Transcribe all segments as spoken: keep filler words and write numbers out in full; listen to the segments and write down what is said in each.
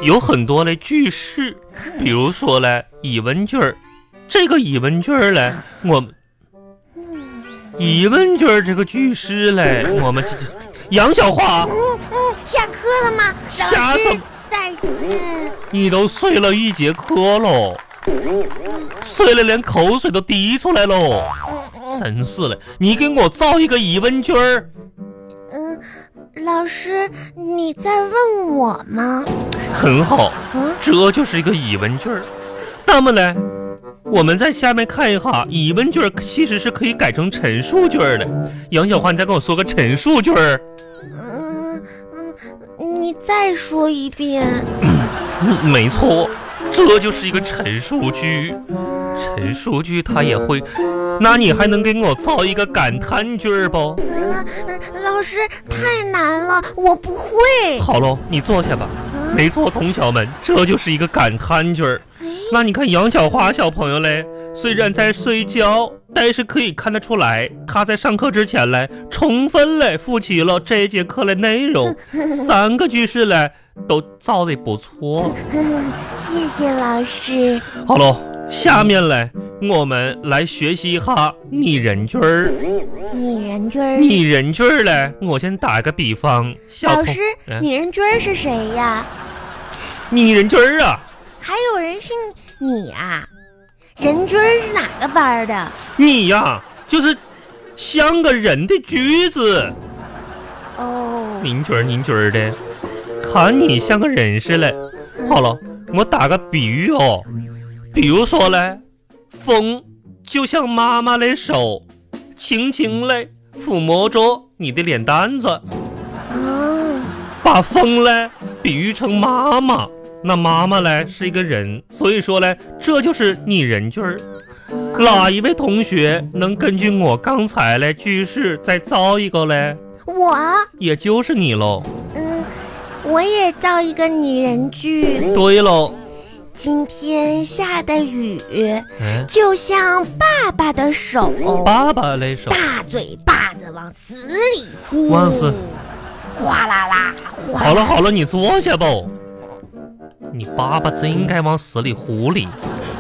有很多的句式，比如说嘞疑问句儿，这个疑问句儿嘞，我们疑问句儿这个句式嘞，我们杨小花， 嗯嗯，下课了吗？ 下什么？ 在嗯， 你都睡了一节课喽，睡了连口水都滴出来喽，真是的！你给我造一个疑问句儿。 嗯，老师，你在问我吗？ 很好， 嗯， 这就是一个疑问句儿。那么呢，我们在下面看一下，疑问句儿其实是可以改成陈述句儿的。杨小花，你再跟我说个陈述句儿。 嗯嗯，你再说一遍。 嗯，没错，这就是一个陈述句。陈述句它也会，那你还能给我造一个感叹句儿不？ 嗯，老师太难了，我不会。 好喽，你坐下吧。 嗯， 没错，同学们，这就是一个感叹句儿。那你看杨小花小朋友嘞，虽然在睡觉，但是可以看得出来，他在上课之前嘞，充分嘞复习了这一节课的内容，三个句式嘞都造得不错。 谢谢老师。 好喽，下面嘞，我们来学习一下拟人句儿。 拟人句儿， 拟人句儿嘞，我先打个比方。小老师， 嗯、 拟人句儿是谁呀？ 拟人句儿啊， 还有人姓你啊？人句儿是哪个班的？ 你呀，就是像个人的句子。 哦， 您句儿您句儿的，看你像个人似的。好了，我打个比喻哦，比如说嘞，风就像妈妈的手，轻轻嘞抚摸着你的脸蛋子。 哦， 把风嘞比喻成妈妈，那妈妈嘞是一个人，所以说嘞，这就是拟人句儿。哪一位同学能根据我刚才嘞句式再造一个嘞？ 我， 也就是你喽。 嗯，我也造一个拟人句。 对喽。 今天下的雨， 嗯， 就像爸爸的手， 爸爸的手， 大嘴巴子往死里呼， 往死， 哗啦啦，哗啦啦。 好了好了，你坐下吧。你爸爸真应该往死里呼哩。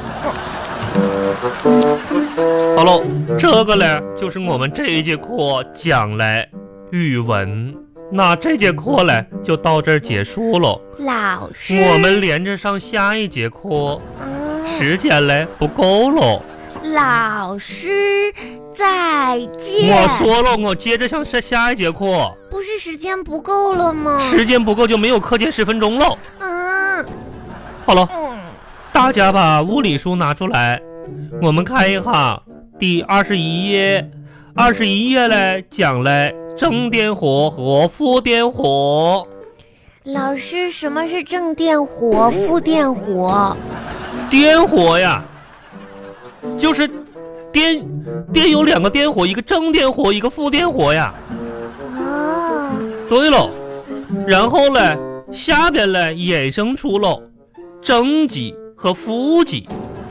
好喽，这个呢就是我们这一节课讲嘞语文。那这节课嘞就到这儿结束了。 老师， 我们连着上下一节课， 嗯， 时间嘞不够了。 老师再见。 我说了，我接着上下下一节课。 不是时间不够了吗？ 时间不够就没有课间十分钟了。 嗯， 好了， 嗯， 大家把物理书拿出来，我们看一下第二十一页。二十一页嘞讲嘞正电荷和负电荷。 老师，什么是正电荷、负电荷？ 电荷呀，就是电电有两个电荷，一个正电荷，一个负电荷呀。 哦， 对了，然后呢，下边呢衍生出了正极和负极。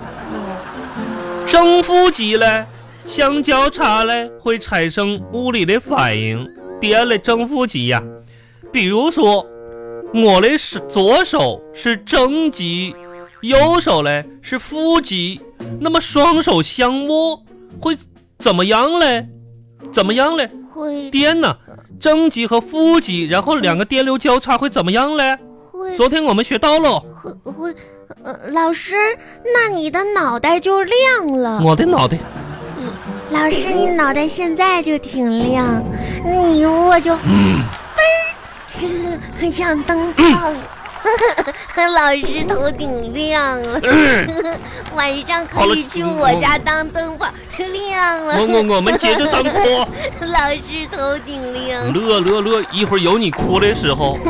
正负极呢相交叉嘞会产生物理的反应，电的正负极呀。比如说我的左手是正极，右手嘞是负极，那么双手相握会怎么样嘞？怎么样嘞？ 会电呢，正极和负极，然后两个电流交叉会怎么样嘞？ 会昨天我们学到了。 会会，呃，老师，那你的脑袋就亮了。 我的脑袋。 老师，你脑袋现在就挺亮，那一握就嗯， 很像灯泡。嗯、老师头顶亮了， 嗯、 晚上可以去我家当灯泡，亮了。 我我我们接着上课。 老师头顶亮。 乐乐乐，一会儿有你哭的时候。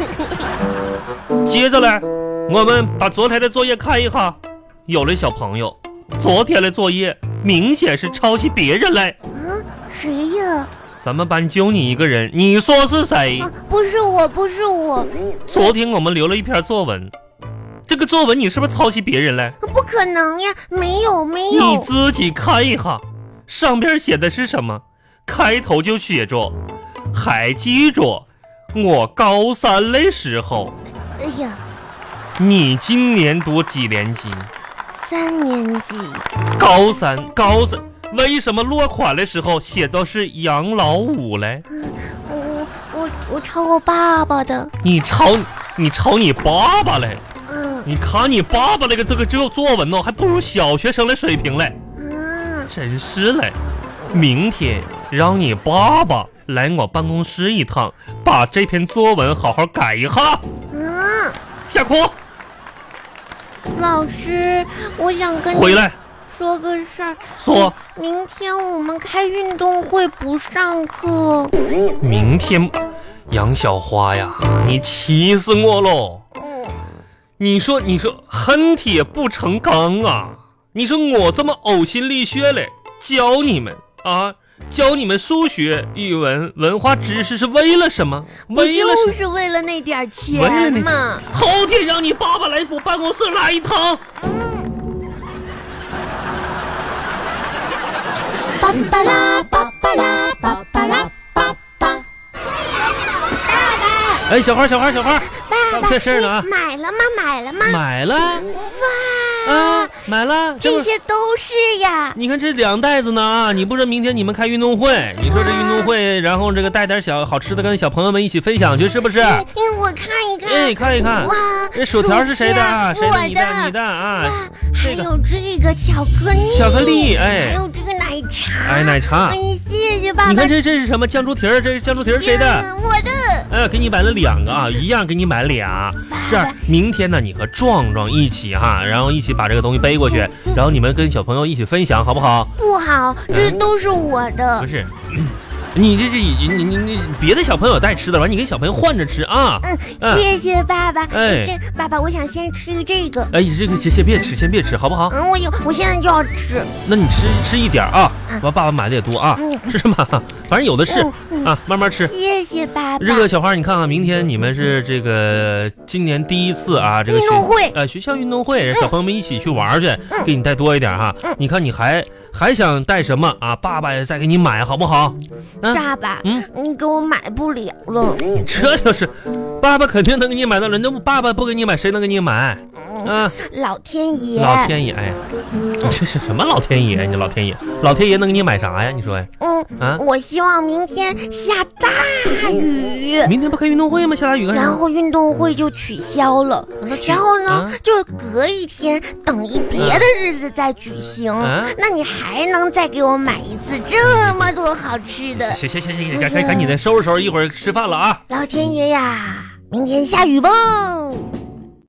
接着来，我们把昨天的作业看一下。有的小朋友，昨天的作业明显是抄袭别人嘞。 啊，谁呀？ 咱们班就你一个人，你说是谁？ 啊，不是我，不是我。 昨天我们留了一篇作文，这个作文你是不是抄袭别人嘞？ 不可能呀，没有没有。 你自己看一下，上边写的是什么？开头就写着，还记着我高三的时候。 哎呀， 你今年读几年级？ 三年级。 高三，高三。为什么落款的时候写的是杨老五嘞？ 我我我抄我爸爸的。 你抄你抄你爸爸嘞？ 嗯。 你看你爸爸那个这个这个作文哦，还不如小学生的水平嘞。 嗯。 真是嘞。明天让你爸爸来我办公室一趟，把这篇作文好好改一下。 嗯。 下课。 老师，我想跟你回来说个事儿。 说。 明天我们开运动会不上课。 明天，杨小花呀，你气死我喽！ 嗯。 你说你说恨铁不成钢啊！你说我这么呕心沥血嘞，教你们啊，教你们数学、语文、文化知识是为了什么？为了不就是为了那点钱吗？ 后天让你爸爸来我办公室来一趟。 嗯。 巴巴拉巴巴拉巴巴拉巴巴。爸爸， 哎，小花小花小花， 爸爸， 这事儿呢啊？ 买了吗？买了吗？ 买了。 哇啊，买了， 这些都是呀。 你看这两袋子呢啊！你不说明天你们开运动会，你说这运动会，然后这个带点小好吃的跟小朋友们一起分享去，是不是？ 嗯，我看一看。 哎，看一看。 哇， 这薯条是谁的啊？谁的？你的，你的啊。 这个。还有这个巧克力。 巧克力，哎。 还有这个奶茶。 哎，奶茶。 哎，谢谢爸爸。 你看这这是什么？酱猪蹄儿，这是酱猪蹄儿谁的？ 我的。 哎，给你买了两个啊，一样给你买俩。这样，明天呢，你和壮壮一起哈，然后一起把这个东西背过去，然后你们跟小朋友一起分享，好不好？ 不好，这都是我的。 不是。你这这你你你别的小朋友带吃的完，你跟小朋友换着吃啊。 嗯，谢谢爸爸。 哎， 这爸爸，我想先吃这个。 哎，这个先先别吃，先别吃，好不好？ 嗯，我有，我现在就要吃。 那你吃吃一点啊，完爸爸买的也多啊，是吗？反正有的是啊，慢慢吃。 谢谢爸爸。 这个小花，你看看，明天你们是这个今年第一次啊，这个运动会， 呃，学校运动会，小朋友们一起去玩去，给你带多一点哈。你看你还。还想带什么啊？爸爸也再给你买，好不好？ 啊、爸爸，嗯，你给我买不了了。 你这就是，爸爸肯定能给你买到了。那爸爸不给你买，谁能给你买？ 嗯，老天爷， 老天爷，哎，这是什么老天爷？你老天爷，老天爷能给你买啥呀？你说呀？ 嗯啊，我希望明天下大雨。 明天不开运动会吗？下大雨干啥？ 然后运动会就取消了，然后呢，啊、就隔一天等一别的日子再举行。啊、那你还能再给我买一次这么多好吃的？ 行行行行，赶赶赶紧的收拾收拾，一会儿吃饭了啊！ 老天爷呀，明天下雨吧。